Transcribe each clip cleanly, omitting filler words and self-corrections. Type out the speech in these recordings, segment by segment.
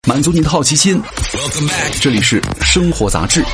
满足你的好奇心。这里是生活杂志。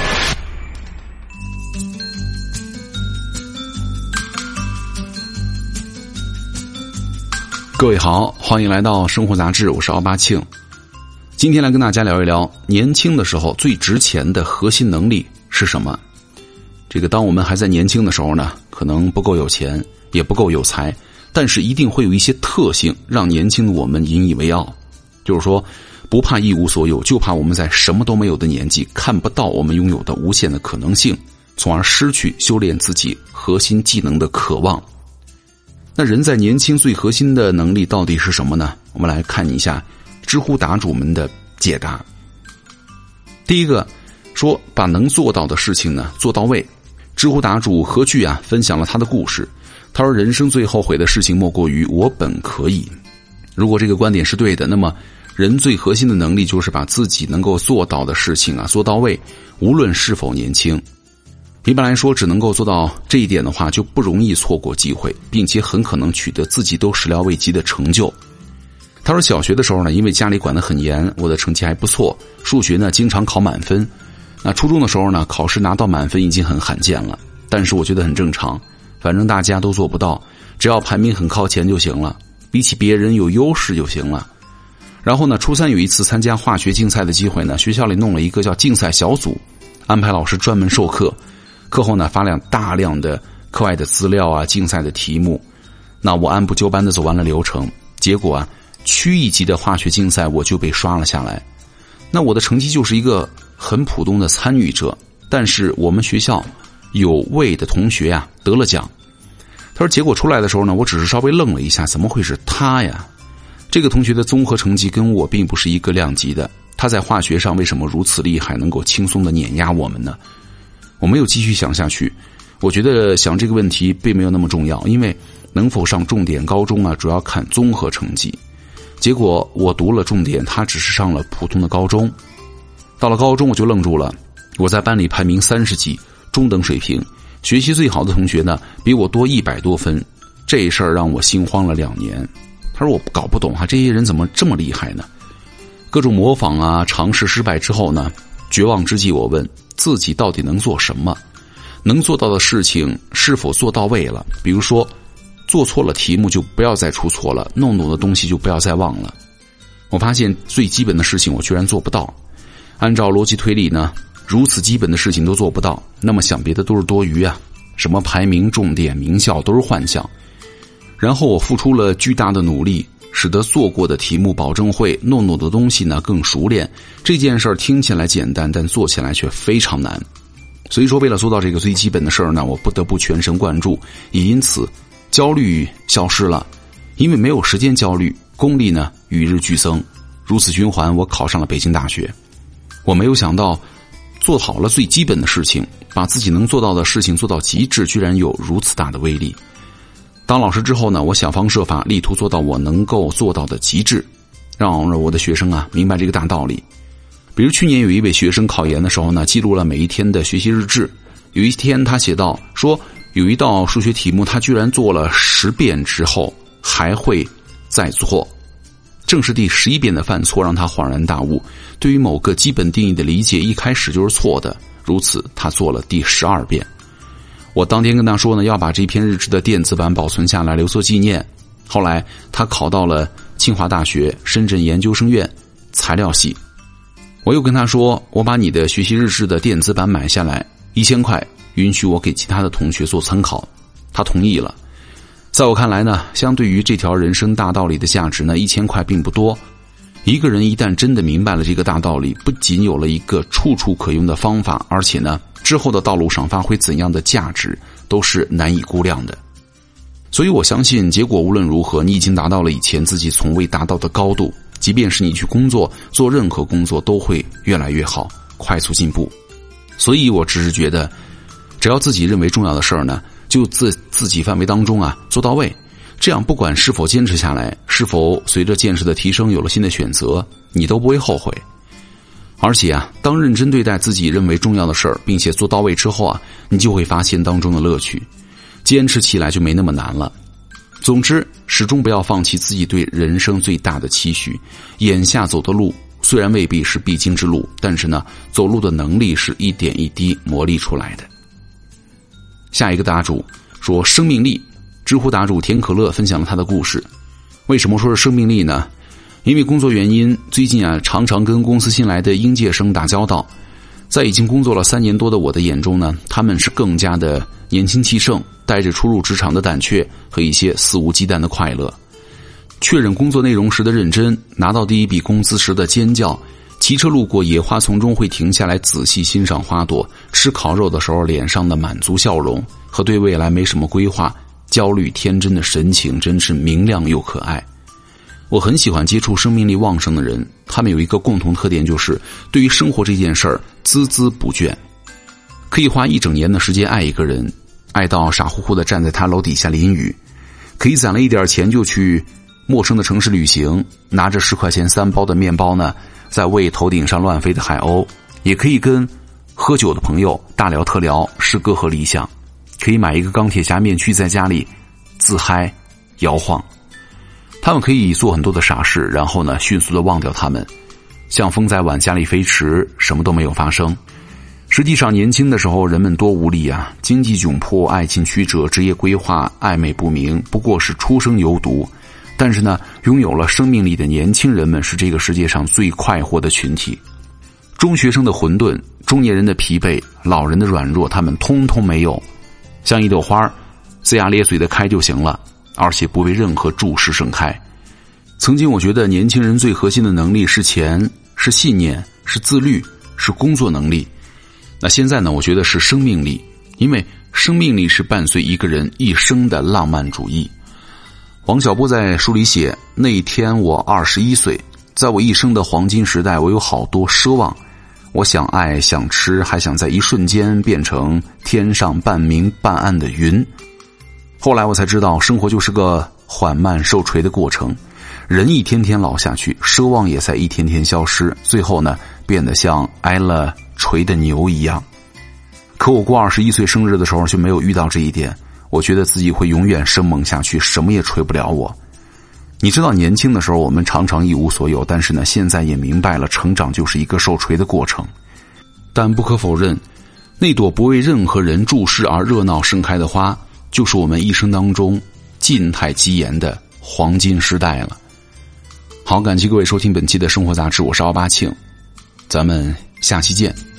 各位好，欢迎来到生活杂志，我是奥巴庆。今天来跟大家聊一聊年轻的时候最值钱的核心能力是什么。这个当我们还在年轻的时候呢，可能不够有钱，也不够有才，但是一定会有一些特性让年轻的我们引以为傲。就是说不怕一无所有，就怕我们在什么都没有的年纪看不到我们拥有的无限的可能性，从而失去修炼自己核心技能的渴望。那人在年轻最核心的能力到底是什么呢？我们来看一下知乎答主们的解答。第一个说把能做到的事情呢做到位。知乎答主何惧啊分享了他的故事。他说人生最后悔的事情莫过于我本可以。如果这个观点是对的，那么人最核心的能力就是把自己能够做到的事情啊做到位，无论是否年轻。一般来说，只能够做到这一点的话，就不容易错过机会，并且很可能取得自己都始料未及的成就。他说小学的时候呢，因为家里管得很严，我的成绩还不错，数学呢经常考满分。那初中的时候呢，考试拿到满分已经很罕见了，但是我觉得很正常，反正大家都做不到，只要排名很靠前就行了，比起别人有优势就行了。然后呢，初三有一次参加化学竞赛的机会呢，学校里弄了一个叫竞赛小组，安排老师专门授课，课后呢发了大量的课外的资料啊，竞赛的题目。那我按部就班的走完了流程，结果啊区一级的化学竞赛我就被刷了下来。那我的成绩就是一个很普通的参与者，但是我们学校有位的同学啊得了奖。他说结果出来的时候呢，我只是稍微愣了一下，怎么会是他呀？这个同学的综合成绩跟我并不是一个量级的，他在化学上为什么如此厉害，能够轻松的碾压我们呢？我没有继续想下去，我觉得想这个问题并没有那么重要，因为能否上重点高中啊，主要看综合成绩。结果我读了重点，他只是上了普通的高中。到了高中我就愣住了，我在班里排名30几，中等水平，学习最好的同学呢比我多100多分，这事儿让我心慌了2年。他说我搞不懂啊，这些人怎么这么厉害呢？各种模仿啊，尝试失败之后呢，绝望之际我问自己到底能做什么，能做到的事情是否做到位了。比如说做错了题目就不要再出错了，弄懂的东西就不要再忘了。我发现最基本的事情我居然做不到，按照逻辑推理呢，如此基本的事情都做不到，那么想别的都是多余啊，什么排名重点名校都是幻想。然后我付出了巨大的努力，使得做过的题目保证会，弄懂的东西呢更熟练。这件事儿听起来简单，但做起来却非常难。所以说为了做到这个最基本的事儿呢，我不得不全神贯注，也因此焦虑消失了。因为没有时间焦虑，功力呢与日俱增，如此循环，我考上了北京大学。我没有想到做好了最基本的事情，把自己能做到的事情做到极致，居然有如此大的威力。当老师之后呢，我想方设法力图做到我能够做到的极致，让我的学生啊明白这个大道理。比如去年有一位学生考研的时候呢，记录了每一天的学习日志。有一天他写到说，有一道数学题目他居然做了10遍之后还会再错。正是第11遍的犯错让他恍然大悟，对于某个基本定义的理解一开始就是错的，如此他做了第12遍。我当天跟他说呢，要把这篇日志的电子版保存下来留作纪念。后来他考到了清华大学深圳研究生院材料系。我又跟他说，我把你的学习日志的电子版买下来，1000块，允许我给其他的同学做参考。他同意了。在我看来呢，相对于这条人生大道理的价值呢，1000块并不多。一个人一旦真的明白了这个大道理，不仅有了一个处处可用的方法，而且呢之后的道路上发挥怎样的价值都是难以估量的。所以我相信结果无论如何，你已经达到了以前自己从未达到的高度，即便是你去工作，做任何工作都会越来越好，快速进步。所以我只是觉得，只要自己认为重要的事儿呢，就自己范围当中啊做到位，这样不管是否坚持下来，是否随着见识的提升有了新的选择，你都不会后悔。而且啊，当认真对待自己认为重要的事儿，并且做到位之后啊，你就会发现当中的乐趣，坚持起来就没那么难了。总之，始终不要放弃自己对人生最大的期许，眼下走的路虽然未必是必经之路，但是呢，走路的能力是一点一滴磨砺出来的。下一个答主说生命力，知乎答主甜可乐分享了他的故事。为什么说是生命力呢？因为工作原因，最近常常跟公司新来的应届生打交道。在已经工作了3年多的我的眼中呢，他们是更加的年轻气盛，带着初入职场的胆怯和一些肆无忌惮的快乐。确认工作内容时的认真，拿到第一笔工资时的尖叫，骑车路过野花丛中会停下来仔细欣赏花朵，吃烤肉的时候脸上的满足笑容，和对未来没什么规划、焦虑天真的神情，真是明亮又可爱。我很喜欢接触生命力旺盛的人，他们有一个共同特点，就是对于生活这件事儿孜孜不倦，可以花1整年的时间爱一个人，爱到傻乎乎的站在他楼底下淋雨，可以攒了一点钱就去陌生的城市旅行，拿着10块钱3包的面包呢，在喂头顶上乱飞的海鸥，也可以跟喝酒的朋友大聊特聊诗歌和理想，可以买一个钢铁侠面具在家里自嗨摇晃。他们可以做很多的傻事，然后呢迅速的忘掉他们，像风在晚霞里飞驰，什么都没有发生。实际上年轻的时候人们多无力啊，经济窘迫，爱情曲折，职业规划暧昧不明，不过是初生牛犊。但是呢，拥有了生命力的年轻人们是这个世界上最快活的群体。中学生的混沌，中年人的疲惫，老人的软弱，他们通通没有。像一朵花，龇牙咧嘴的开就行了，而且不为任何注视盛开。曾经我觉得年轻人最核心的能力是钱，是信念，是自律，是工作能力。那现在呢，我觉得是生命力，因为生命力是伴随一个人一生的浪漫主义。王小波在书里写，那一天我21岁，在我一生的黄金时代，我有好多奢望，我想爱想吃，还想在一瞬间变成天上半明半暗的云。后来我才知道，生活就是个缓慢受锤的过程，人一天天老下去，奢望也在一天天消失，最后呢，变得像挨了锤的牛一样。可我过21岁生日的时候就没有遇到这一点，我觉得自己会永远生猛下去，什么也锤不了我。你知道年轻的时候我们常常一无所有，但是呢，现在也明白了，成长就是一个受锤的过程。但不可否认，那朵不为任何人注视而热闹盛开的花，就是我们一生当中静态极严的黄金时代了。好，感谢各位收听本期的生活杂志，我是奥巴庆，咱们下期见。